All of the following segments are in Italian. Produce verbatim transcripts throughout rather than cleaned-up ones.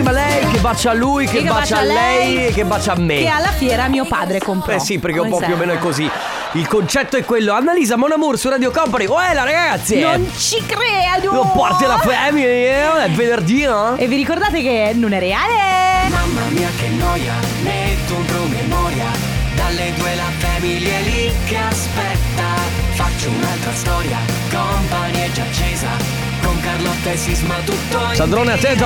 prima lei, che bacia a lui, che, che bacia, bacia a lei, lei e che bacia a me. Che alla fiera mio padre comprò. Eh sì, perché un po' più o meno è così. Il concetto è quello. Annalisa, Mon Amour su Radio Company. Uela ragazzi, non ci credo. Lo porti alla family, è venerdì, no? E vi ricordate che non è reale? Mamma mia che noia, metto un promemoria. Dalle due la famiglia è lì che aspetta. Faccio un'altra storia, Company è già accesa. Con Carlotta e Sisma tutto in Sandrone, attento.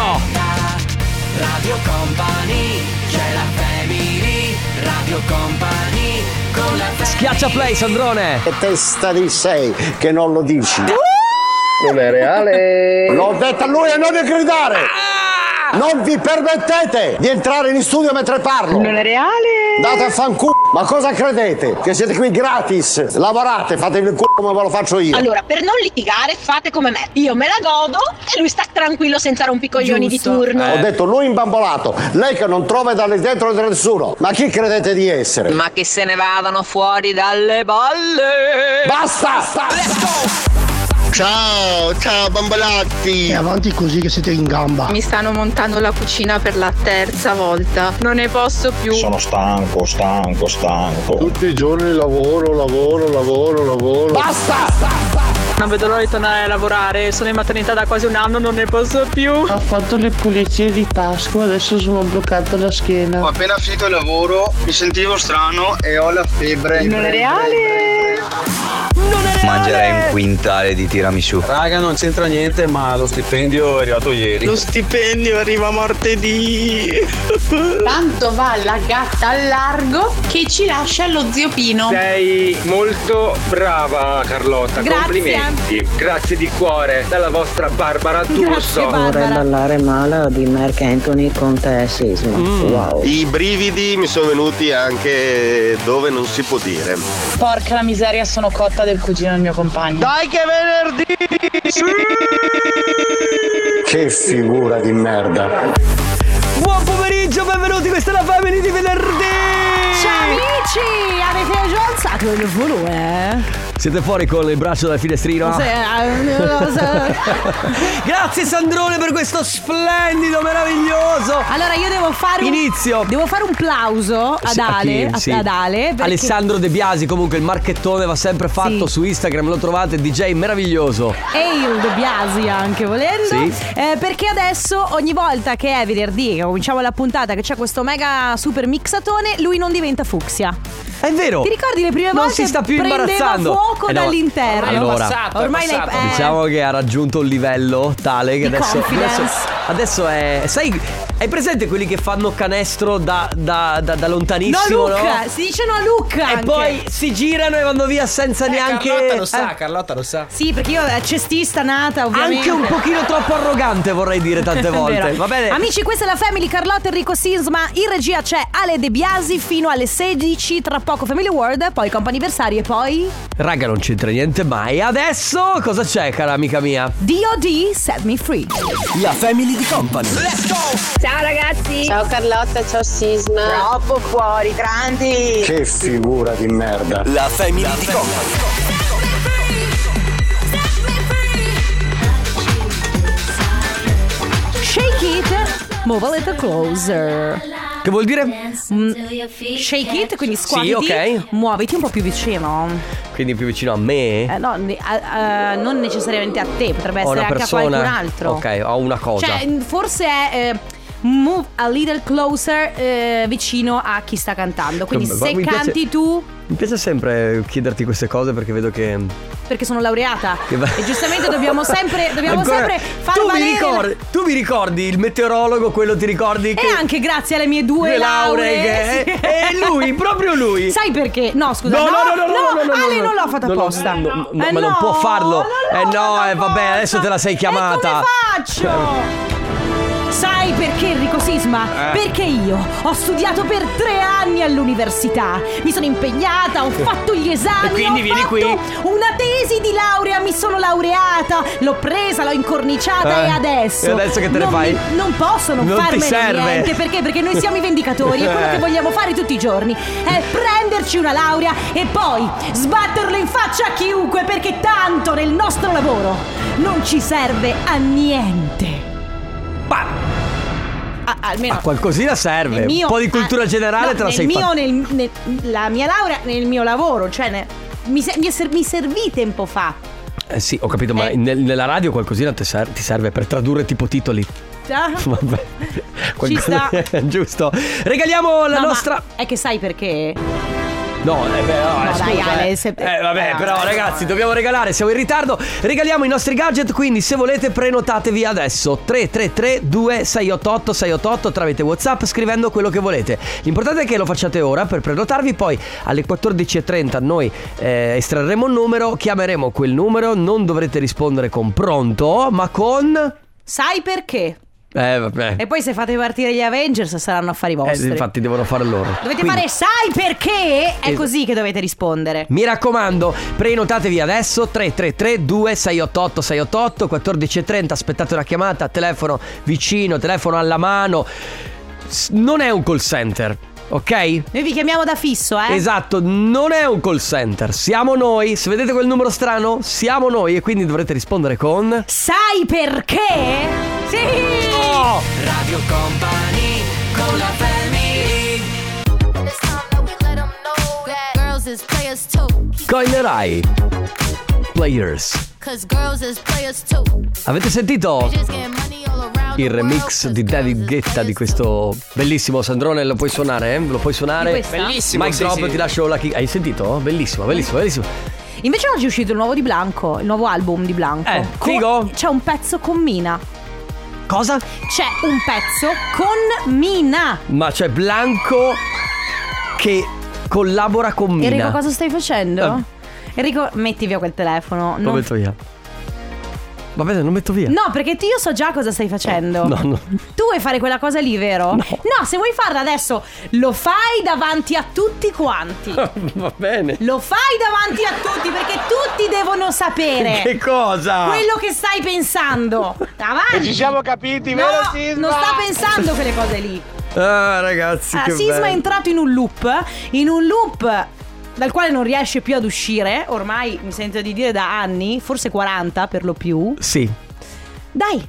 Radio Company, c'è la family. Radio Company, con la family. Schiaccia play, Sandrone. Che testa di sei che non lo dici. Uh! Non è reale. L'ho detto a lui e non ne gridare. Ah! Non vi permettete di entrare in studio mentre parlo. Non è reale. Date a fanculo. Ma cosa credete? Che siete qui gratis? Lavorate, fate il culo come ve lo faccio io. Allora, per non litigare, fate come me. Io me la godo e lui sta tranquillo senza rompicoglioni di turno. Eh. Ho detto lui imbambolato, lei che non trova da lì dentro di nessuno. Ma chi credete di essere? Ma che se ne vadano fuori dalle balle. Basta! Basta. Let's go! Ciao, ciao bambolatti. E avanti così che siete in gamba. Mi stanno montando la cucina per la terza volta. Non ne posso più. Sono stanco, stanco, stanco. Tutti i giorni lavoro, lavoro, lavoro, lavoro. Basta! Basta! Non vedo l'ora di tornare a lavorare. Sono in maternità da quasi un anno, non ne posso più. Ho fatto le pulizie di Pasqua, adesso sono bloccato la schiena. Ho appena finito il lavoro, mi sentivo strano e ho la febbre. Non è reale. Non è reale. Mangerei un quintale di tiramisù. Raga, non c'entra niente, ma lo stipendio è arrivato ieri. Lo stipendio arriva martedì. Tanto va la gatta al largo che ci lascia lo zio Pino. Sei molto brava, Carlotta. Grazie. Complimenti. Grazie di cuore dalla vostra Barbara D'Urso. Vorrei ballare male di Marc Anthony con te e Sisma. Mm. Wow. I brividi mi sono venuti anche dove non si può dire. Porca la miseria, sono cotta del cugino del mio compagno. Dai che è venerdì! Sì! Che figura di merda. Buon pomeriggio, benvenuti, questa è la family di venerdì. Ciao amici, avete già alzato il volume? Siete fuori con il braccio dal finestrino? Sì, eh, lo so. Grazie Sandrone per questo splendido, meraviglioso. Allora io devo fare un, inizio. Devo fare un plauso ad Sì, a Ale, chi? Sì. ad Ale perché... Alessandro De Biasi, comunque il marchettone va sempre fatto Sì. su Instagram, lo trovate, D J meraviglioso. E il De Biasi anche volendo. Sì. eh, Perché adesso ogni volta che è venerdì, che cominciamo la puntata, che c'è questo mega super mixatone, lui non diventa fucsia. È vero. Ti ricordi le prime non volte? si sta più prendeva imbarazzando. fuoco Eh no, dall'interno. allora, è passato, ormai è passato. lei, eh. diciamo che ha raggiunto un livello tale che Di adesso, confidence. adesso Adesso è. Sai, hai presente quelli che fanno canestro da, da, da, da lontanissimo? No, Luca, no? si dice no Luca E anche. poi si girano e vanno via senza Eh, neanche. Carlotta lo sa, eh, Carlotta lo sa. Sì, perché io eh, cestista nata ovviamente. Anche un pochino troppo arrogante, vorrei dire tante volte. Vero. Va bene. Amici, questa è la Family, Carlotta, Enrico Sisma. In regia c'è Ale De Biasi fino alle sedici. Tra poco Family World, poi comp'anniversario e poi Raga, non c'entra niente mai. Adesso cosa c'è, cara amica mia? D O D Set Me Free. La Family di Company. Let's go! Ciao ragazzi. Ciao Carlotta, ciao Sisma. Troppo fuori, grandi. Che figura di merda. La Family di Company. Shake it, move a little closer. Che vuol dire? Mm, shake it, quindi scuotiti. Sì, ok. Muoviti un po' più vicino. Quindi più vicino a me? Eh, no, ne- a- a- non necessariamente a te, potrebbe Ho essere una anche persona. a qualcun altro. Ok, ho una cosa. Cioè, forse è eh, move a little closer eh, vicino a chi sta cantando. Quindi Ma se mi piace- canti tu, Mi piace sempre chiederti queste cose perché vedo che. perché sono laureata. Che va- E giustamente dobbiamo sempre Dobbiamo Ancora- sempre far tu mi, valere. ricordi, tu mi ricordi il meteorologo, quello ti ricordi che. E anche grazie alle mie due due lauree lauree. che- E lui, proprio lui. Sai perché? No, scusa. No, no, no, no, no, no, no, Ale no. non l'ho fatta No, no, apposta. no, no, no, Eh, ma non no, può farlo. non Eh, l'ho no, fatta eh, vabbè, apposta. adesso te la sei chiamata. E come faccio? Sai perché, Enrico Sisma? Eh. Perché io ho studiato per tre anni all'università. Mi sono impegnata, ho fatto gli esami. E quindi ho vieni fatto qui? una tesi di laurea, mi sono laureata. L'ho presa, l'ho incorniciata Eh. e adesso E adesso che te ne non fai? mi- non posso non, Non ti farmene serve. niente. Perché? Perché noi siamo i vendicatori. E quello Eh. che vogliamo fare tutti i giorni è prenderci una laurea e poi sbatterlo in faccia a chiunque, perché tanto nel nostro lavoro non ci serve a niente. Ma a, almeno Ma qualcosina serve. mio, un po' di cultura ah, generale no, te la nel sei mio, fatta. nel, nel, la mia laurea nel mio lavoro, cioè ne, mi, se, mi, ser, mi servì tempo fa. Eh sì, ho capito, ma Eh. nel- nella radio qualcosina ti ser- ti serve per tradurre tipo titoli. Ah, Vabbè. Ci sta. Giusto. Regaliamo la no, nostra. ma è che sai perché? No, eh, beh, no, No, eh, dai, scusa, Ale, eh. se- Eh, vabbè, no, però dai, ragazzi, no. dobbiamo regalare, siamo in ritardo. Regaliamo i nostri gadget, quindi se volete prenotatevi adesso. Tre tre tre due sei otto otto sei otto otto tramite WhatsApp scrivendo quello che volete. L'importante è che lo facciate ora per prenotarvi, poi alle quattordici e trenta noi eh, estrarremo un numero, chiameremo quel numero, non dovrete rispondere con pronto, ma con Sai perché? Eh, vabbè. E poi se fate partire gli Avengers saranno affari vostri. Eh, infatti devono fare loro. Dovete Quindi, fare sai perché? È Es- così che dovete rispondere. mi raccomando, prenotatevi adesso. Tre tre tre due sei otto otto sei otto otto quattordici e trenta. Aspettate una chiamata, telefono vicino, telefono alla mano. S- Non è un call center, ok? Noi vi chiamiamo da fisso, eh? Esatto, non è un call center. Siamo noi. Se vedete quel numero strano, siamo noi. E quindi dovrete rispondere con Sai perché? Sì! Oh! Radio Company con la family. Coinerai Players. Avete sentito il remix di David Guetta di questo bellissimo Sandrone? Lo puoi suonare? Eh? Lo puoi suonare? Di questa? Bellissimo, Mike sì, Drop, sì. ti lascio la kick. Hai sentito? Bellissimo, bellissimo, bellissimo. Invece oggi è uscito il nuovo di Blanco, il nuovo album di Blanco. Eh, Con- figo? C'è un pezzo con Mina. Cosa? C'è un pezzo con Mina. Ma c'è Blanco che collabora con Mina. Enrico, cosa stai facendo? Eh. Enrico, metti via quel telefono. Lo Non- metto via. Va bene, non metto via. No, perché io so già cosa stai facendo. No, no. Tu vuoi fare quella cosa lì, vero? No. No, se vuoi farla adesso, lo fai davanti a tutti quanti. Va bene. Lo fai davanti a tutti perché tutti devono sapere Che cosa? quello che stai pensando. Avanti. Ci siamo capiti, No, vero Sisma? non sta pensando quelle cose lì. Ah, ragazzi, Ah, che Sisma è bello. entrato in un loop, in un loop dal quale non riesce più ad uscire. Ormai mi sento di dire da anni, forse quaranta per lo più. Sì. Dai.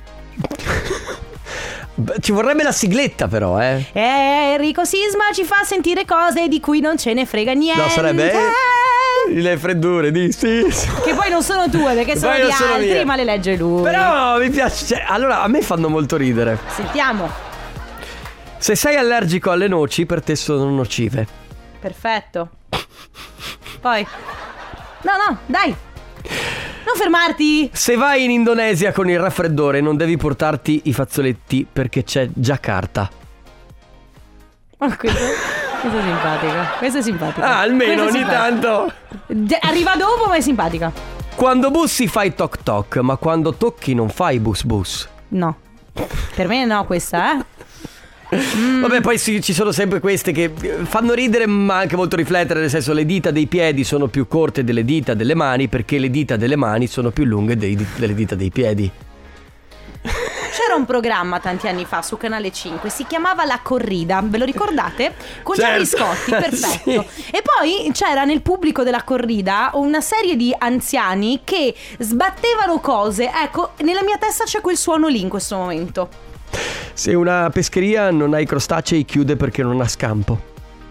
Beh, ci vorrebbe la sigletta però, eh. Eh, Enrico Sisma ci fa sentire cose di cui non ce ne frega niente. No, sarebbe eh, le freddure di sì. Che poi non sono tue, perché Poi sono non di sono altri, mie. ma le legge lui. Però mi piace, cioè, allora a me fanno molto ridere. Sentiamo. Se sei allergico alle noci, per te sono nocive. Perfetto. Poi no, no, dai. Non fermarti. Se vai in Indonesia con il raffreddore, non devi portarti i fazzoletti perché c'è Giacarta. Oh, questo, questo è simpatica. Questo è simpatica. Ah, almeno Questo è ogni simpatica. tanto. Ge- Arriva dopo, ma è simpatica. Quando bussi fai toc toc, ma quando tocchi non fai bus bus. No. Per me no, questa, eh. Mm. Vabbè, poi sì, ci sono sempre queste che fanno ridere ma anche molto riflettere. Nel senso, le dita dei piedi sono più corte delle dita delle mani, perché le dita delle mani sono più lunghe dei- delle dita dei piedi. C'era un programma tanti anni fa su Canale cinque, si chiamava La Corrida, ve lo ricordate? Con Certo. Gianni Scotti, perfetto. Sì. E poi c'era nel pubblico della corrida una serie di anziani che sbattevano cose. Ecco, nella mia testa c'è quel suono lì in questo momento. Se una pescheria non ha i crostacei, chiude perché non ha scampo.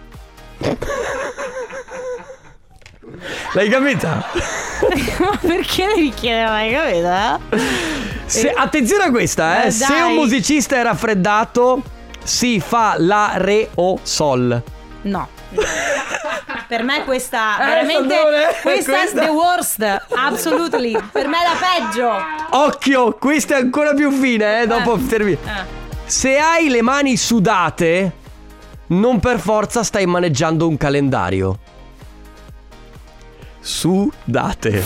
L'hai capita? Ma perché devi chiedere? L'hai capito? Se, attenzione a questa, eh. Eh, Se dai. un musicista è raffreddato, si fa la re o sol. No. Per me questa Eh, veramente Sandrone, questa, questa- è the worst. Absolutely. Per me è la peggio. Occhio, questa è ancora più fine, eh. Dopo termini. Eh. Se hai le mani sudate, non per forza stai maneggiando un calendario. Sudate.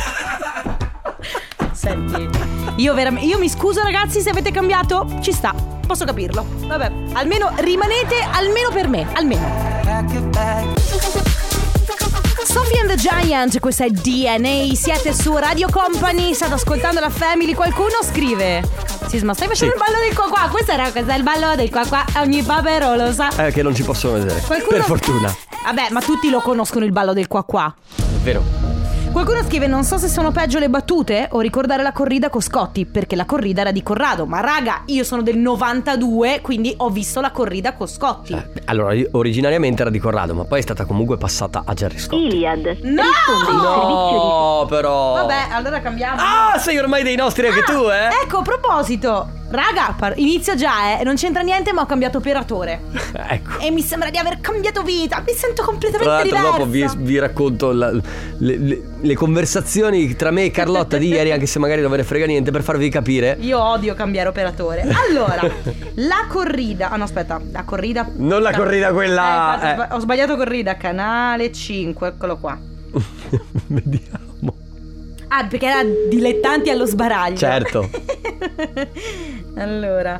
Senti, io veramente io mi scuso ragazzi se avete cambiato, ci sta, posso capirlo. Vabbè, almeno rimanete almeno per me, almeno. Sophie and the Giant, questa è D N A, siete su Radio Company, state ascoltando la Family, qualcuno scrive: Sisma, stai facendo Sì. il ballo del qua qua, questo era questo è il ballo del qua qua, ogni papero lo sa. Eh, che non ci possono vedere. Qualcuno- Per fortuna. Vabbè, ma tutti lo conoscono il ballo del qua qua. È vero. Qualcuno scrive: non so se sono peggio le battute o ricordare la corrida con Scotti, perché la corrida era di Corrado. Ma raga, io sono del novantadue, quindi ho visto la corrida con Scotti. Eh, allora, originariamente era di Corrado, ma poi è stata comunque passata a Gerry Scotti. Iliad. No! No, però. Vabbè, allora cambiamo. Ah, sei ormai dei nostri anche Ah, tu, eh? Ecco, a proposito, raga, par- inizio già, eh. Non c'entra niente, ma ho cambiato operatore. Ecco. E mi sembra di aver cambiato vita. Mi sento completamente Tra l'altro diversa. dopo vi, vi racconto la- le, le- le conversazioni tra me e Carlotta di ieri, anche se magari non ve ne frega niente, per farvi capire. Io odio cambiare operatore. Allora, la corrida. Ah no, aspetta, la corrida. Non la corrida quella, Eh, infatti, eh. ho sba- Ho sbagliato corrida, canale cinque, eccolo qua. Vediamo. Ah, perché era dilettanti allo sbaraglio. Certo. Allora.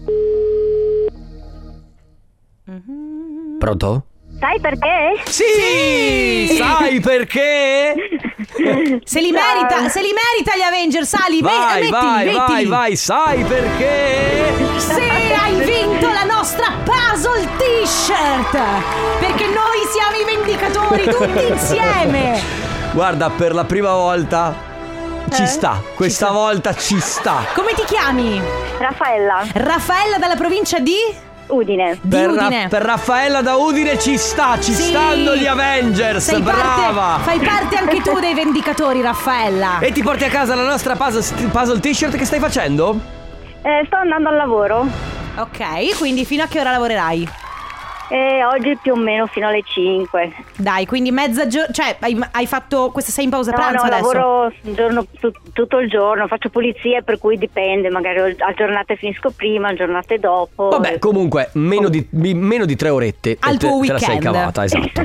Pronto? Sai perché? Sì! Sì! Sai perché? Se li merita, se li merita gli Avengers, Sali, Vai, mettili, vai, mettili. vai, vai, sai perché? Se hai vinto la nostra puzzle t-shirt, perché noi siamo i vendicatori tutti insieme. Guarda, per la prima volta ci Eh? sta. Questa Ci sta. volta ci sta. Come ti chiami? Raffaella. Raffaella dalla provincia di? Udine. Di Per, Udine. Ra- per Raffaella da Udine ci sta, ci Sì. stanno gli Avengers. Sei Brava. parte, fai parte anche tu dei vendicatori, Raffaella. E ti porti a casa la nostra puzzle, puzzle t-shirt che stai facendo? Eh, sto andando al lavoro. Ok, quindi fino a che ora lavorerai? E oggi più o meno fino alle cinque. Dai, quindi mezza giornata. Cioè, hai, hai fatto. Questa sei in pausa No, pranzo no, adesso? lavoro un giorno, tu- tutto il giorno, faccio pulizie, per cui dipende, magari a giornate finisco prima, a giornate dopo. Vabbè, comunque, meno di, mi- meno di tre orette. Al e te, tuo te la sei weekend. cavata, esatto.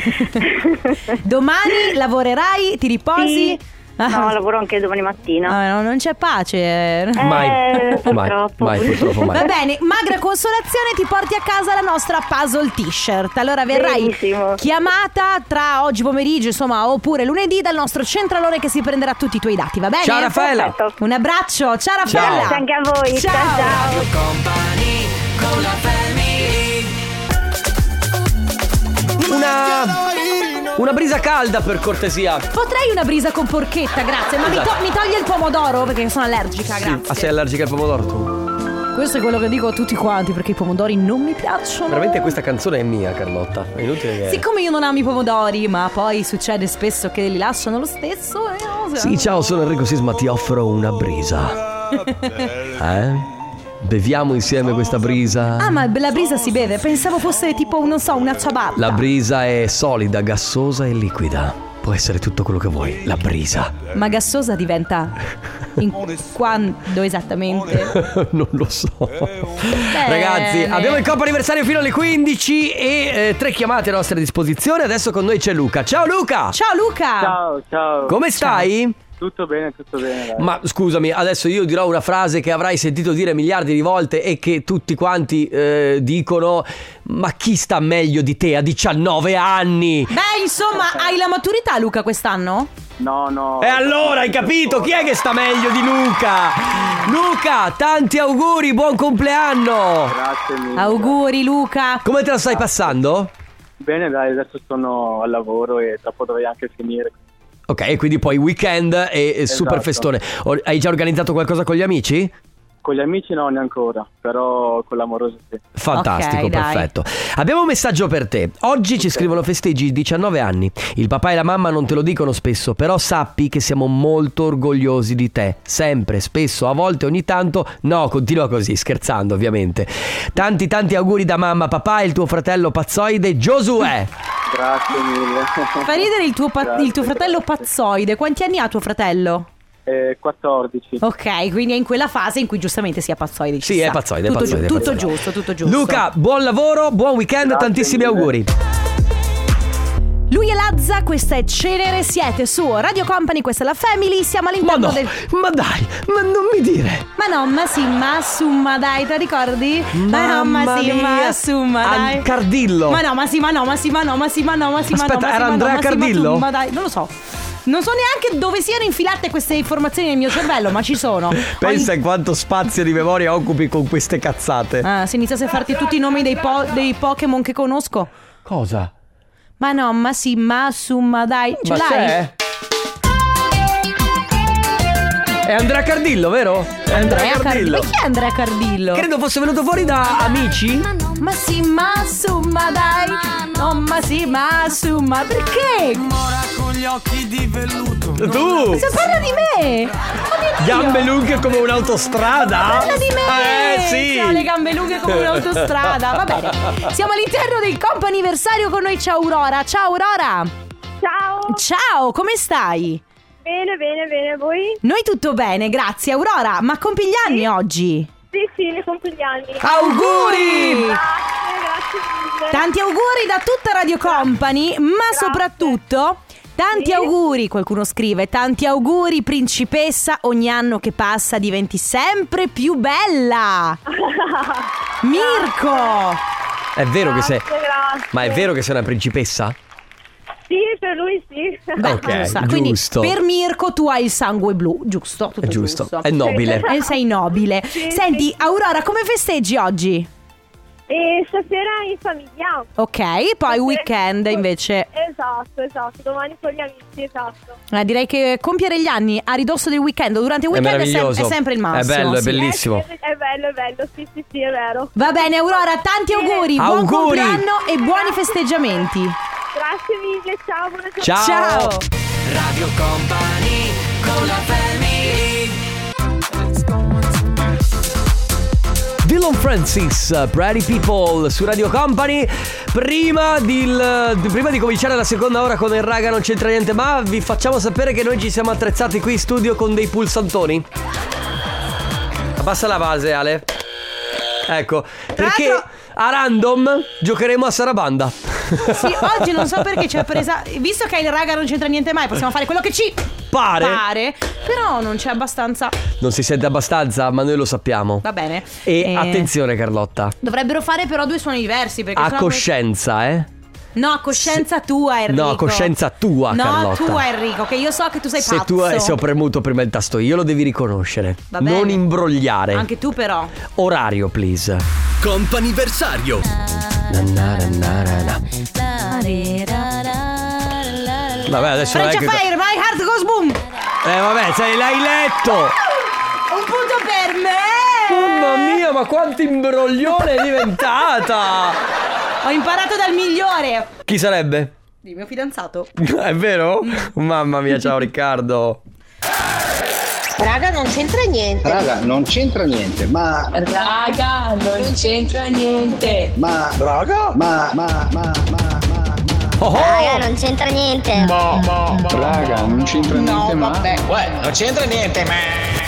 Domani lavorerai, ti riposi? Sì. No, lavoro anche domani mattina. Ah, no, non c'è pace. Mai, Eh, mai, purtroppo. mai, purtroppo mai. Va bene, magra consolazione, ti porti a casa la nostra puzzle t-shirt. Allora verrai Benissimo. chiamata tra oggi pomeriggio, insomma, oppure lunedì dal nostro centralone che si prenderà tutti i tuoi dati, va bene? Ciao, Raffaella. Perfetto. Un abbraccio, ciao Raffaella. Grazie anche a voi. Ciao. Ciao, ciao. Company con la family. Una Una brisa calda, per cortesia. Potrei una brisa con porchetta, grazie. Ma mi, to- mi toglie il pomodoro perché sono allergica, Sì. grazie. Ah, sei allergica al pomodoro tu? Questo è quello che dico a tutti quanti, perché i pomodori non mi piacciono. Veramente questa canzone è mia, Carlotta. È inutile che... Siccome io non amo i pomodori, ma poi succede spesso che li lasciano lo stesso. eh, no, Sì, ciao, sono Enrico Sisma, ti offro una brisa. Eh? Beviamo insieme questa brisa. Ah, ma la brisa si beve. Pensavo fosse tipo, non so, una ciabatta. La brisa è solida, gassosa e liquida. Può essere tutto quello che vuoi, la brisa. Ma gassosa diventa in quando esattamente? Non lo so. Ragazzi, abbiamo il compo anniversario fino alle quindici e eh, tre chiamate a nostra disposizione. Adesso con noi c'è Luca. Ciao Luca! Ciao Luca! Ciao, ciao. Come stai? Tutto bene, tutto bene. Dai. Ma scusami, adesso io dirò una frase che avrai sentito dire miliardi di volte e che tutti quanti eh, dicono: ma chi sta meglio di te a diciannove anni? Beh, insomma, hai la maturità, Luca, quest'anno? No, no. E allora hai capito chi è che sta meglio di Luca? Luca, tanti auguri, buon compleanno! Grazie mille. Auguri Luca. Come te la stai passando? Bene, dai, adesso sono al lavoro e tra poco dovrei anche finire. Ok, e quindi poi weekend e, e super Esatto. festone. Or- Hai già organizzato qualcosa con gli amici? Con gli amici no, neanche ora, però con l'amoroso sì. Fantastico, Ok, dai. perfetto. Abbiamo un messaggio per te. Oggi ci scrivono festeggi diciannove anni. Il papà e la mamma non te lo dicono spesso, però sappi che siamo molto orgogliosi di te. Sempre, spesso, a volte, ogni tanto. No, continua così, scherzando ovviamente. Tanti tanti auguri da mamma, papà e il tuo fratello pazzoide Giosuè. Grazie mille. Fa ridere il tuo, pa- Grazie, il tuo fratello grazie. pazzoide. Quanti anni ha tuo fratello? Eh, quattordici. Ok, quindi è in quella fase in cui giustamente sia pazzoide. ci Sì, è sta. pazzoide, è tutto, pazzoide, è tutto pazzoide. giusto, tutto giusto. Luca, buon lavoro, buon weekend, Grazie tantissimi mille. auguri. Lui è Lazza, questa è Cenere, siete su Radio Company, questa è la Family, siamo Ma all'interno no, del... ma dai, ma non mi dire. Ma no, ma sì, ma su, ma dai, te ricordi? ma no, Mamma ma sì, mia. ma su, ma dai. Al Cardillo. Ma no, ma sì, ma no, ma sì, ma no, ma sì, ma no, ma sì, ma Aspetta, no, ma sì, era ma no, Andrea ma sì, ma Cardillo? tu, ma dai, non lo so. Non so neanche dove siano infilate queste informazioni nel mio cervello, ma ci sono. Pensa a quanto spazio di memoria occupi con queste cazzate. Ah, se iniziassi a farti tutti i nomi dei, po- dei Pokémon che conosco. Cosa? Ma no, ma sì, ma su, ma dai. Ce Ma l'hai? c'è? È Andrea Cardillo, vero? È Andrea Cardillo. Ma chi è Andrea Cardillo? Credo fosse venuto fuori da Amici. Ma sì, ma su, ma dai. No, ma sì, ma su, ma perché? Con gli occhi di velluto. Tu! Se parla di me! Gambe lunghe come un'autostrada? Parla di me! Eh sì! Ho le gambe lunghe come un'autostrada. Va bene. Siamo all'interno del comp'anniversario, con noi c'è Aurora. Ciao Aurora! Ciao! Ciao, come stai? Bene, bene, bene, voi? Noi tutto bene, grazie. Aurora, ma compi gli anni sì. oggi? Sì, sì, ne compio gli anni. Auguri! Grazie, grazie mille. Tanti auguri da tutta Radio Company, ma grazie. soprattutto tanti sì. auguri, qualcuno scrive, tanti auguri principessa, ogni anno che passa diventi sempre più bella. Mirko! È vero grazie, che sei grazie. Ma è vero che sei una principessa? Sì, per lui sì. Beh, ok, sa. Quindi giusto. per Mirko tu hai il sangue blu, giusto? Tutto è giusto. giusto. È nobile. E sei nobile. Sì, Senti, sì. Aurora, come festeggi oggi? E stasera in famiglia. Ok, poi Stasera... weekend invece. Esatto, esatto, domani con gli amici, esatto. Eh, direi che compiere gli anni a ridosso del weekend o durante il weekend è, sem- è sempre il massimo. È bello, sì. è bellissimo. Eh, sì, è bello, è bello, sì, sì, sì, è vero. Va bene Aurora, tanti auguri, eh. buon auguri. compleanno e buoni festeggiamenti. Grazie mille, ciao, buona giornata. Ciao. Ciao. Radio Company con la family. Dylan Francis, Pretty People su Radio Company. Prima di, prima di cominciare la seconda ora con il raga non c'entra niente, ma vi facciamo sapere che noi ci siamo attrezzati qui in studio con dei pulsantoni. Abbassa la base, Ale. Ecco, perché a random giocheremo a Sarabanda. Sì, oggi non so perché ci ha presa. Visto che il raga non c'entra niente mai, possiamo fare quello che ci pare. pare però non c'è abbastanza. Non si sente abbastanza, ma noi lo sappiamo. Va bene. E eh, attenzione Carlotta, dovrebbero fare però due suoni diversi perché a sennò coscienza poi... eh No, a coscienza Se... tua Enrico. No, a coscienza tua no, Carlotta. No, tua Enrico, che io so che tu sei Se pazzo. tu hai, se ho premuto prima il tasto io, lo devi riconoscere. Va bene. Non imbrogliare. Anche tu però. Orario please. Comp'anniversario. Vabbè, adesso Freccia che... Fire, my heart goes boom. Eh vabbè, sai, l'hai letto. Un punto per me. Mamma mia, ma quanto imbroglione è diventata. Ho imparato dal migliore. Chi sarebbe? Il mio fidanzato. È vero? Mamma mia, ciao Riccardo. Raga, non c'entra niente. Raga, non c'entra niente, ma... Raga, non c'entra niente. Ma... Raga? Ma, ma, ma, ma, ma... Oh oh. Raga, non c'entra niente. Ma, ma, ma... Raga, non c'entra No, niente, ma... vabbè. Uè, non c'entra niente, ma...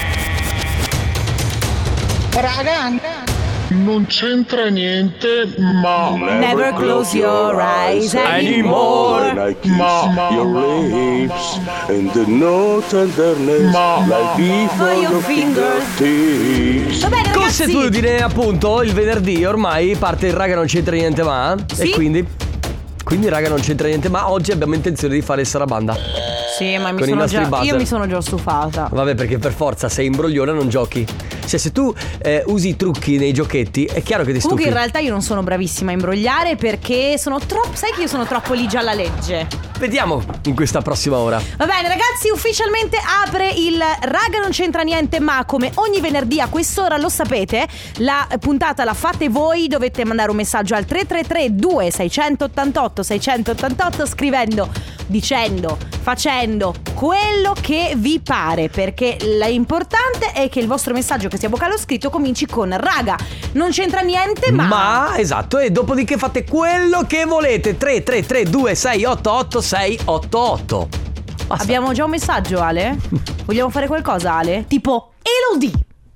Raga, non c'entra niente, ma... Never close your eyes anymore. I kiss your lips and the no tenderness like before your fingertips. Va bene ragazzi. Consuetudine, appunto, il venerdì ormai parte il raga non c'entra niente ma. Sì? E quindi Quindi raga non c'entra niente ma oggi abbiamo intenzione di fare il Sarabanda. Sì, ma mi con sono i nostri già, buzzer. io mi sono già stufata. Vabbè, perché per forza sei imbroglione non giochi. Cioè se tu eh, usi i trucchi nei giochetti è chiaro che ti stufi. Comunque in realtà io non sono bravissima a imbrogliare perché sono troppo. Sai che io sono troppo ligia alla legge. Vediamo in questa prossima ora. Va bene ragazzi, ufficialmente apre il Raga non c'entra niente ma, come ogni venerdì a quest'ora lo sapete, la puntata la fate voi. Dovete mandare un messaggio al tre tre tre due sei otto otto sei otto otto scrivendo, dicendo, facendo quello che vi pare, perché l'importante è che il vostro messaggio, che sia vocale o scritto, cominci con Raga non c'entra niente ma. Ma esatto, e dopodiché fate quello che volete. Tre tre tre due sei otto otto sei otto otto. Basta. Abbiamo già un messaggio, Ale? Vogliamo fare qualcosa, Ale? Tipo Elodie,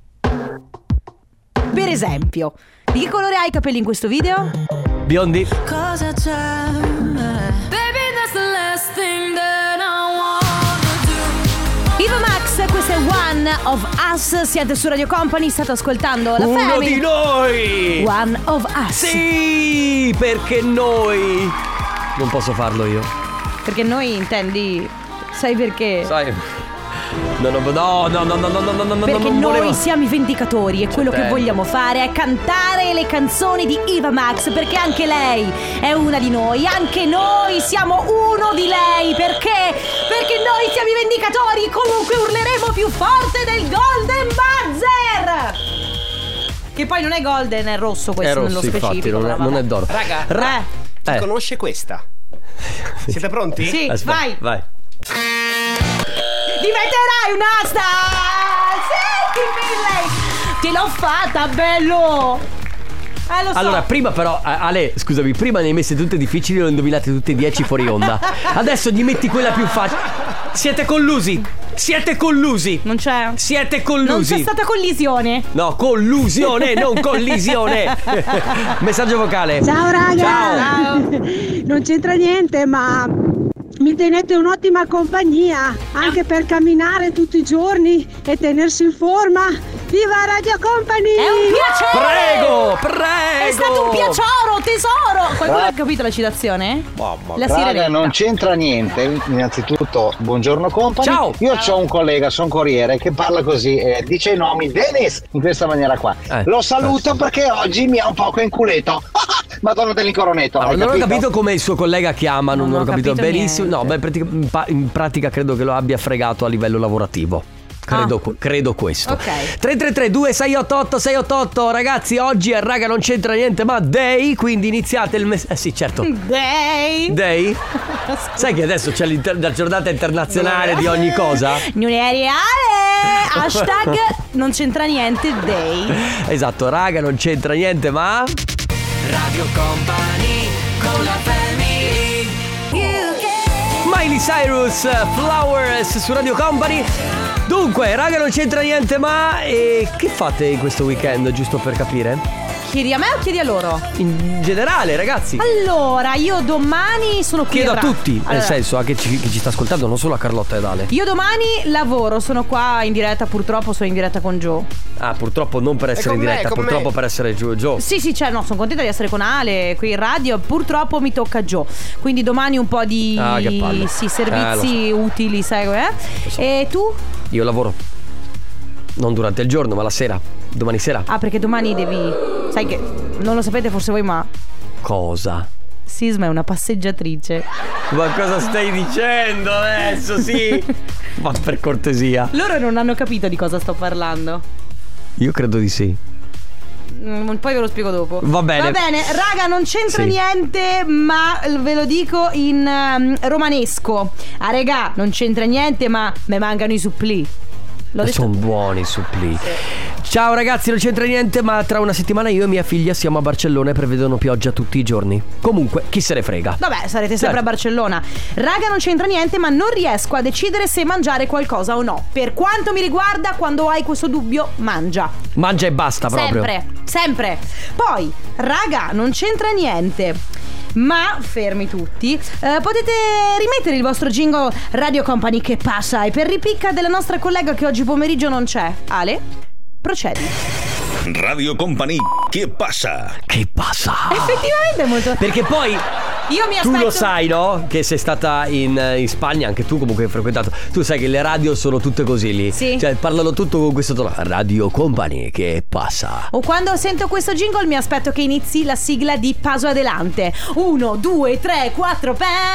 per esempio. Di che colore hai i capelli in questo video? Biondi. Cosa c'è? Baby, that's the last thing that I wanna do. Eva Max, questo è One of Us. Siete su Radio Company, state ascoltando la Uno Family. di noi. One of Us. Sì, perché noi. Non posso farlo io. Perché noi intendi. Sai perché? Sai. No, no, no, no, no, no, no, no, no, no, Perché non noi volevo. siamo i vendicatori e quello che tempo. vogliamo fare è cantare le canzoni di Eva Max, perché anche lei è una di noi, anche noi siamo uno di lei. Perché? Perché noi siamo i vendicatori. Comunque urleremo più forte del Golden Buzzer, che poi non è golden, è rosso questo, È rosso, nello specifico. infatti, non è, però non vabbè. è d'oro. Raga, Ra- chi eh. conosce questa? Siete pronti? Sì, Aspetta, vai. vai. Diventerai una star. Senti, Finlay, te l'ho fatta, bello. Eh, lo so. Allora, prima però, eh, Ale, scusami, prima ne hai messe tutte difficili e le ho indovinate tutte dieci fuori onda. Adesso gli metti quella più facile. Siete collusi. Siete collusi. Non c'è. Siete collusi. Non c'è stata collisione. No, collusione, non collisione. Messaggio vocale. Ciao raga. Ciao. Non c'entra niente, ma mi tenete un'ottima compagnia anche per camminare tutti i giorni e tenersi in forma. Viva Radio Company! È un piacere. Prego, prego. È stato un piacere, tesoro. Qualcuno ha capito la citazione? Mamma La raga, sirenetta. non c'entra niente. Innanzitutto, buongiorno company. Ciao. Io ho un collega, sono corriere, che parla così, eh, dice i nomi Dennis in questa maniera qua. Eh. Lo saluto perché oggi mi ha un poco inculeto. Madonna dell'incoronetto. Allora, hai non ho capito? capito come il suo collega chiama, non, Non ho ho capito, capito benissimo. niente. No, beh, in pratica, in pa- in pratica credo che lo abbia fregato a livello lavorativo. Credo, Ah. credo questo. Ok. tre tre tre due sei otto otto sei otto otto. Ragazzi, oggi è Raga non c'entra niente ma Day, quindi iniziate il messaggio. Eh sì, certo. Day. Day? Sai che adesso c'è l'inter- la giornata internazionale di ogni cosa? Non è reale. Hashtag non c'entra niente day. Esatto, raga non c'entra niente ma Radio Company con la family. Miley Cyrus, Flowers su Radio Company. Dunque, raga non c'entra niente ma e che fate in questo weekend, giusto per capire? Chiedi a me o chiedi a loro? In generale, ragazzi. Allora, io domani sono qui. Chiedo a Ra- tutti, nel Allora, senso a chi ci, chi ci sta ascoltando, non solo a Carlotta e Ale. io domani lavoro, sono qua in diretta, purtroppo sono in diretta con Joe. Ah, purtroppo non per essere con in me, diretta, con purtroppo me. per essere giù Joe. Sì, sì, cioè no, sono contenta di essere con Ale qui in radio. Purtroppo mi tocca Joe. Quindi domani un po' di Ah, che palle. sì, servizi Eh, lo utili, sai eh? so. E tu? Io lavoro. Non durante il giorno, ma la sera. Domani sera. Ah, perché domani devi. Sai che non lo sapete forse voi, ma Cosa? Sisma è una passeggiatrice. Ma cosa stai dicendo adesso? Sì. Ma per cortesia. Loro non hanno capito di cosa sto parlando. Io credo di sì. Mm, Poi ve lo spiego dopo. Va bene. Va bene, raga, non c'entra Sì. niente, ma ve lo dico in um, romanesco. Ah, regà, non c'entra niente, ma me mancano i supplì. L'ho detto. Sono buoni i supplì. Ciao ragazzi, non c'entra niente, ma tra una settimana io e mia figlia siamo a Barcellona e prevedono pioggia tutti i giorni. Comunque, chi se ne frega. Vabbè, sarete sempre Certo. a Barcellona. Raga, non c'entra niente, ma non riesco a decidere se mangiare qualcosa o no. Per quanto mi riguarda, quando hai questo dubbio, mangia. Mangia e basta proprio. Sempre, sempre. Poi, raga, non c'entra niente, ma fermi tutti, eh, potete rimettere il vostro jingle Radio Company che passa. E per ripicca della nostra collega che oggi pomeriggio non c'è, Ale, procedi. Radio Company, che passa? Che passa? Effettivamente è molto. Perché poi Io mi tu aspetto. lo sai, no? Che sei stata in, in Spagna, anche tu comunque hai frequentato. Tu sai che le radio sono tutte così lì. Sì. Cioè parlano tutto con questo tono. Radio Company, che passa? O quando sento questo jingle mi aspetto che inizi la sigla di Paso Adelante. Uno, due, tre, quattro.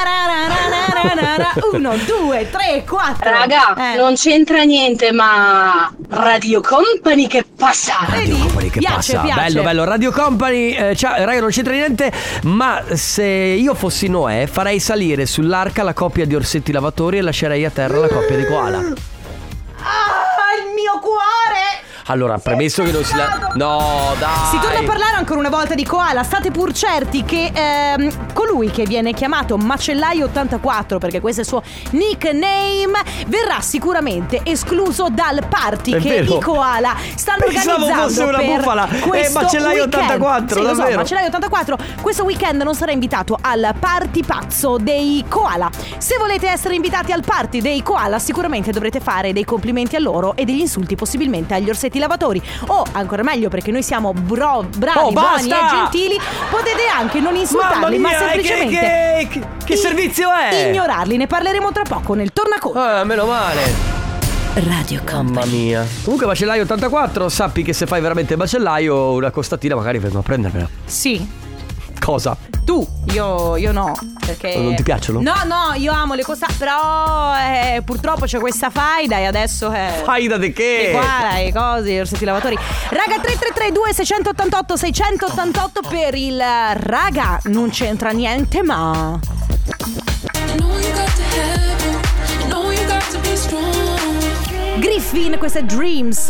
Uno, due, tre, quattro. Raga, Eh. non c'entra niente, ma Radio Company che passa. Radio Company che Piace, passa. piace. Bello, bello. Radio Company, eh, ciao, raga, non c'entra niente. Ma se io fossi Noè, farei salire sull'arca la coppia di orsetti lavatori e lascerei a terra la coppia di koala. Ah, il mio cuore. Allora, premesso che non si la... No, dai. Si torna a parlare ancora una volta di koala. State pur certi che ehm, colui che viene chiamato Macellaio ottantaquattro, perché questo è il suo nickname, verrà sicuramente escluso dal party È che vero. i koala stanno Pensavo organizzando fosse una per bufala. questo Eh, Macellaio weekend. ottantaquattro, Sì, lo so, davvero. Macellaio ottantaquattro questo weekend non sarà invitato al party pazzo dei koala. Se volete essere invitati al party dei koala, sicuramente dovrete fare dei complimenti a loro e degli insulti possibilmente agli orsetti lavatori. O ancora meglio, perché noi siamo bro, bravi, Oh, buoni basta! e gentili, potete anche non Mamma insultarli, mia, ma semplicemente che, che, che servizio è? ignorarli. Ne parleremo tra poco nel tornaconto. Ah, meno male. Radio Company. Mamma mia. Comunque macellaio ottantaquattro, sappi che se fai veramente macellaio una costatina magari vengo a prendermela. Sì. Cosa? Tu, io, io no, perché non ti piacciono? No, no, io amo le cose, però eh, purtroppo c'è questa faida e adesso è faida di che? E guarda, i cosi, i rossetti lavatori. Raga, tre tre tre due sei otto otto sei otto otto per il raga, non c'entra niente ma Griffin, questo è Dreams.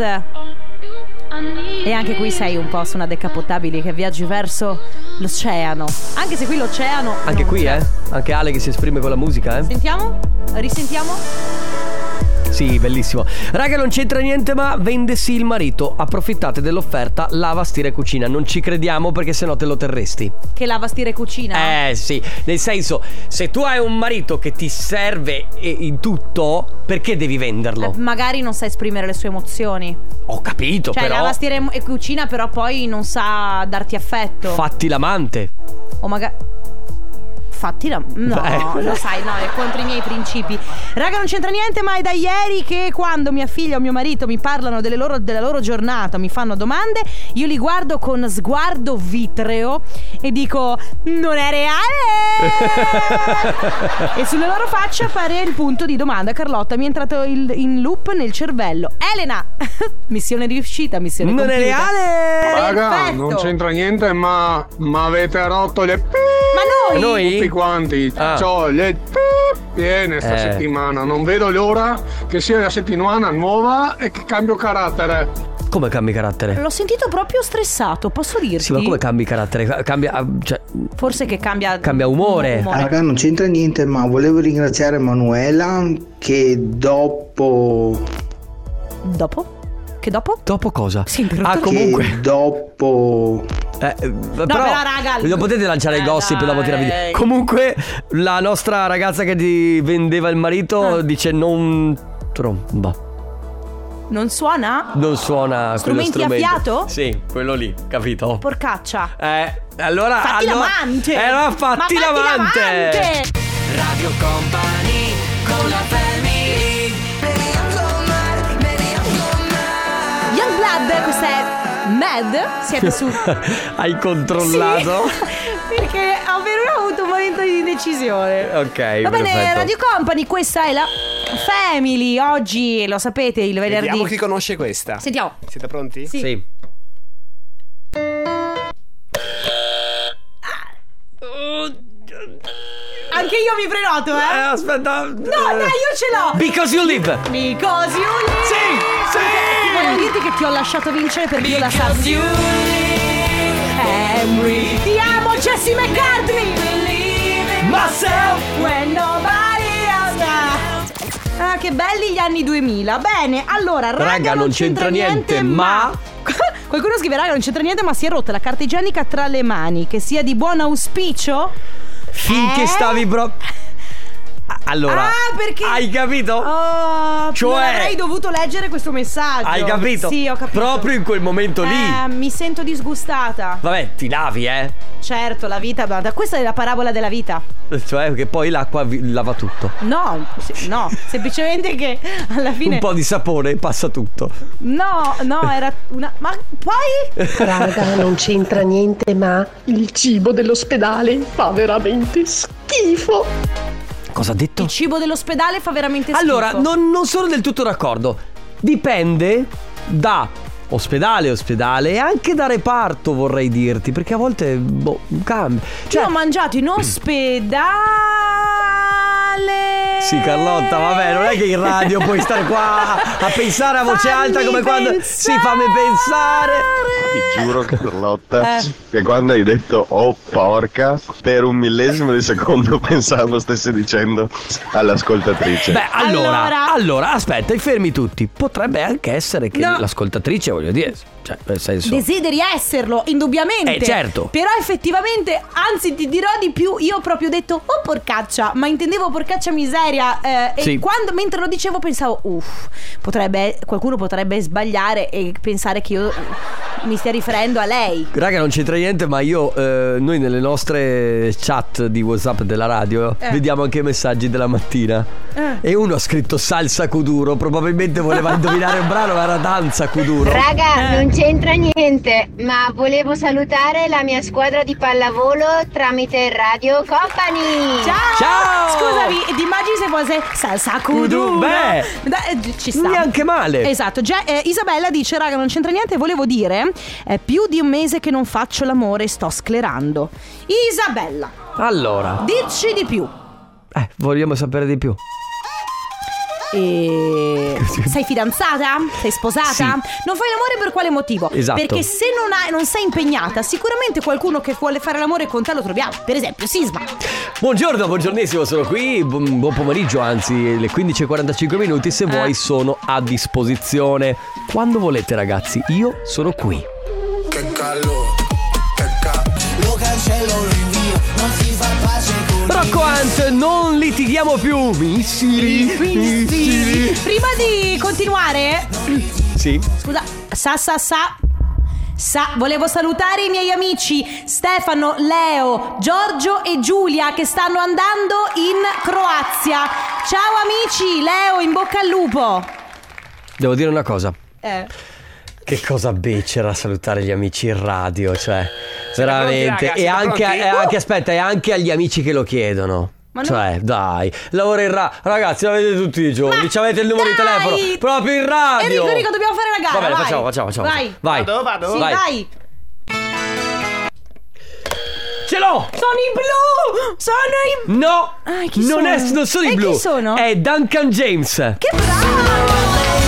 E anche qui sei un po' su una decappottabile che viaggi verso l'oceano. Anche se qui l'oceano Anche qui c'è. eh Anche Ale che si esprime con la musica eh Sentiamo? Risentiamo? Sì, bellissimo. Raga, non c'entra niente ma vendesi il marito. Approfittate dell'offerta lava, stira e cucina. Non ci crediamo perché sennò te lo terresti. Che lava, stira e cucina? Eh sì, nel senso, se tu hai un marito che ti serve in tutto, perché devi venderlo? Eh, magari non sa esprimere le sue emozioni. Ho capito, cioè, però lava, stira e cucina però poi non sa darti affetto. Fatti l'amante. O magari Fatti la... No, Beh. lo sai, no, è contro i miei principi. Raga, non c'entra niente, ma è da ieri che quando mia figlia o mio marito mi parlano delle loro, della loro giornata, mi fanno domande, io li guardo con sguardo vitreo e dico non è reale. E sulle loro facce appare il punto di domanda. Carlotta, mi è entrato il, in loop nel cervello. Elena, missione riuscita, missione non compiuta. è reale. Raga, Perfetto. non c'entra niente, ma ma avete rotto le Ma noi? Noi? tutti quanti. Ah. C'ho le piene sta Eh. settimana. Non vedo l'ora che sia la settimana nuova e che cambio carattere. Come cambi carattere? L'ho sentito proprio stressato, posso dirti? Sì, ma come cambi carattere? Cambia, cioè, Forse che cambia cambia umore. Raga, non c'entra niente, ma volevo ringraziare Manuela che dopo... Dopo? Che dopo? Dopo cosa? Sì, però Ah, tu- comunque. Che dopo... Eh, eh, però, però, raga, non potete lanciare eh, il gossip dai. dopo tirare video. Comunque la nostra ragazza che ti vendeva il marito Ah. dice non tromba. Non suona? Non suona Strumenti quello a strumento. fiato? Sì, quello lì, capito? Porcaccia. Eh, allora Fatti allora, l'amante. Eh, allora fatti, Ma fatti l'amante. l'amante. Radio Company con la family. Youngblood, questa è Mad. Siete su. Hai controllato? Sì, perché ho appena avuto un momento di indecisione. Ok, Va bene, perfetto. Radio Company, questa è la Family. Oggi, lo sapete, il venerdì. Vediamo chi conosce questa. Sentiamo. Siete pronti? Sì. Sì. Anche io mi prenoto, eh. Eh, aspetta. No, dai, io ce l'ho. Because you live. Because you live. Sì, sì. Volevo dirti che ti ho lasciato vincere perché io la sapevo. Henry. Ti amo, Jessie McCartney. Myself. When nobody else does. Ah, che belli gli anni duemila. Bene, allora, raga, Raga, non c'entra niente, ma... Qualcuno scrive, raga, non c'entra niente, ma si è rotta la carta igienica tra le mani. Che sia di buon auspicio? Finché Eh? stavi proprio... Allora, Ah, perché? hai capito? Oh, Cioè- non avrei dovuto leggere questo messaggio. Hai capito? Sì, ho capito. Proprio in quel momento lì. Eh, mi sento disgustata. Vabbè, ti lavi, eh. Certo, la vita, guarda, questa è la parabola della vita. Cioè che poi l'acqua vi- lava tutto. No, sì, no, semplicemente che alla fine Un po' di sapone passa tutto. No, no, era una ma poi Raga, non c'entra niente, ma il cibo dell'ospedale fa veramente schifo. Cosa ha detto? il cibo dell'ospedale fa veramente schifo. Allora, non, non sono del tutto d'accordo. Dipende da ospedale, ospedale e anche da reparto, vorrei dirti. Perché a volte, boh, cambia. Io ho mangiato in ospedale. Sì, Carlotta, vabbè, non è che in radio puoi stare qua a pensare a voce Fammi alta come quando... pensare. Sì, fammi pensare. Ti giuro, Carlotta, Eh. che quando hai detto oh porca, per un millesimo di secondo pensavo stessi dicendo all'ascoltatrice. Beh, allora, Allora. allora, aspetta, fermi tutti. Potrebbe anche essere che No. l'ascoltatrice, voglio dire, cioè, nel senso... Desideri esserlo, indubbiamente. Eh, certo. Però effettivamente, anzi ti dirò di più, io ho proprio detto oh porcaccia, ma intendevo porcaccia miseria eh, Sì. E quando, mentre lo dicevo pensavo uff, potrebbe, qualcuno potrebbe sbagliare e pensare che io mi stia riferendo a lei. Raga, non c'entra niente, ma io eh, noi nelle nostre chat di WhatsApp della radio Eh. vediamo anche i messaggi della mattina. Eh. E uno ha scritto salsa kuduro, probabilmente voleva indovinare un brano, ma era danza kuduro. Raga, non c'entra niente, ma volevo salutare la mia squadra di pallavolo tramite Radio Company. Ciao! Ciao! Scusami, ti immagini se fosse salsa kuduro? Beh, Dai, ci sta. neanche male. Esatto. Già, eh, Isabella dice: raga, non c'entra niente, volevo dire è più di un mese che non faccio l'amore e sto sclerando. Isabella, Allora, dici di più. eh, vogliamo sapere di più. E... sei fidanzata? Sei sposata? Sì. Non fai l'amore per quale motivo? Esatto. Perché se non, hai, non sei impegnata, sicuramente qualcuno che vuole fare l'amore con te lo troviamo. Per esempio Sisma. Buongiorno, buongiornissimo, sono qui. Bu- buon pomeriggio, anzi, le quindici e quarantacinque minuti. Se vuoi, sono a disposizione. Quando volete, ragazzi, io sono qui. Che calore, che calore. Lo cancello, lo invio, non si fa pace con Rocco Hunt, non litighiamo più. Missili, missili. Prima di continuare, Sì. scusa, sa sa sa Sa, volevo salutare i miei amici Stefano, Leo, Giorgio e Giulia che stanno andando in Croazia. Ciao amici, Leo, in bocca al lupo. Devo dire una cosa. Eh. Che cosa becera salutare gli amici in radio, cioè veramente. pronti, ragazzi? E Siete anche, pronti? e anche aspetta, e anche agli amici che lo chiedono. Ma no. Cioè, dai, lavora in radio. Ragazzi, l'avete tutti i giorni. Ci avete il numero di dai! telefono proprio in radio. Enrico, Enrico, dobbiamo fare la gara. Va bene, vai. facciamo, facciamo, facciamo. Vai. Vai. Vado, vado. Sì, Vai. vai. Ce l'ho! Sono i blu! Sono i No! Ah, chi non, sono? È, non sono E i chi blu. sono? È Duncan James. Che bravo!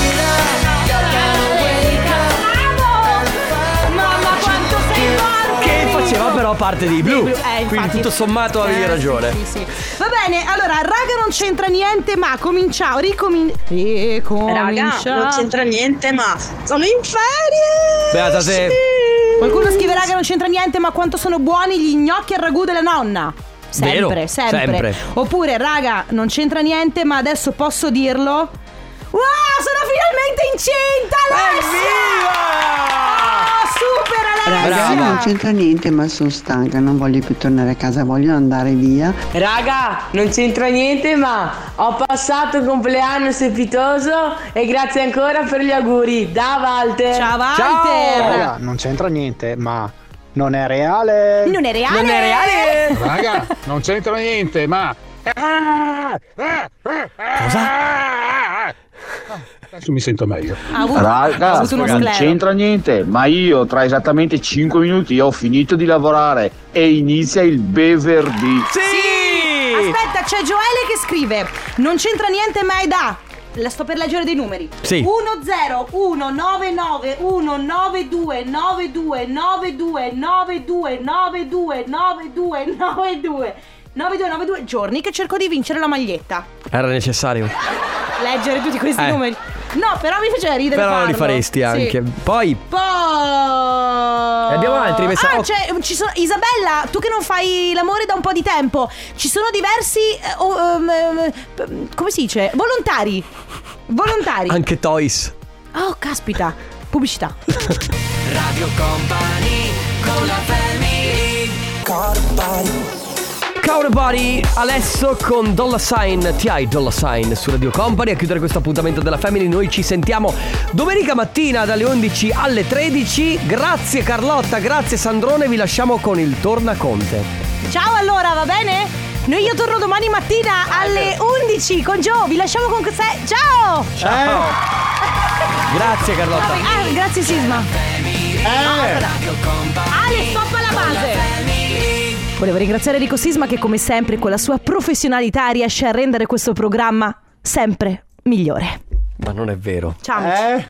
Mamma quanto sei forte! Che faceva però parte dei blu. Dei blu, eh, Quindi infatti. tutto sommato avevi Eh, ragione. Sì, sì, sì. Va bene, allora, raga, non c'entra niente, ma cominciamo. Ricomin- ricominciamo. Raga, non c'entra niente, ma sono in ferie. Beata te. Qualcuno scrive, raga, non c'entra niente, ma quanto sono buoni gli gnocchi al ragù della nonna. Sempre, Vero, sempre, sempre. Oppure, raga, non c'entra niente, ma adesso posso dirlo. Wow, sono finalmente incinta, Alessia! Oh, super, Alessia! Raga, non c'entra niente, ma sono stanca, non voglio più tornare a casa, voglio andare via. Raga, non c'entra niente, ma ho passato un compleanno strepitoso e grazie ancora per gli auguri. Da Walter. Ciao Walter! Raga, non c'entra niente, ma non è reale. Non è reale! Non è reale! Raga, non c'entra niente, ma... Cosa? Adesso mi sento meglio. Ha avuto, ha Raga, avuto uno non sclero. c'entra niente, ma io tra esattamente cinque minuti ho finito di lavorare e inizia il beverdi. Sì! Aspetta, c'è Gioele che scrive: non c'entra niente, ma è da. La sto per leggere dei numeri. Sì. uno zero uno nove nove uno nove due nove due nove due nove due nove due nove due nove due nove due nove due giorni che cerco di vincere la maglietta. Era necessario. Leggere tutti questi Eh. numeri. No, però mi faceva ridere Però lo farlo. rifaresti Sì. anche. Poi Poi abbiamo altri messaggi. Ah, Oh. c'è, ci sono Isabella, tu che non fai l'amore da un po' di tempo. Ci sono diversi eh, oh, ehm, ehm, come si dice? Volontari. Volontari. Anche Toys. Oh, caspita. Pubblicità. Radio Company con la family. Cover Body, Alesso con Dollar Sign, T I Dollar Sign su Radio Company. A chiudere questo appuntamento della Family noi ci sentiamo domenica mattina dalle undici alle tredici. Grazie Carlotta, grazie Sandrone, vi lasciamo con il Tornaconte. Ciao allora, va bene? Noi io torno domani mattina alle undici con Gio. Vi lasciamo con sé. Ciao! Ciao! Grazie Carlotta. Ah, grazie Sisma. Eh. Radio Company. Ale, stoppa la base. Volevo ringraziare Enrico Sisma che come sempre con la sua professionalità riesce a rendere questo programma sempre migliore. Ma non è vero. Ciao. Eh?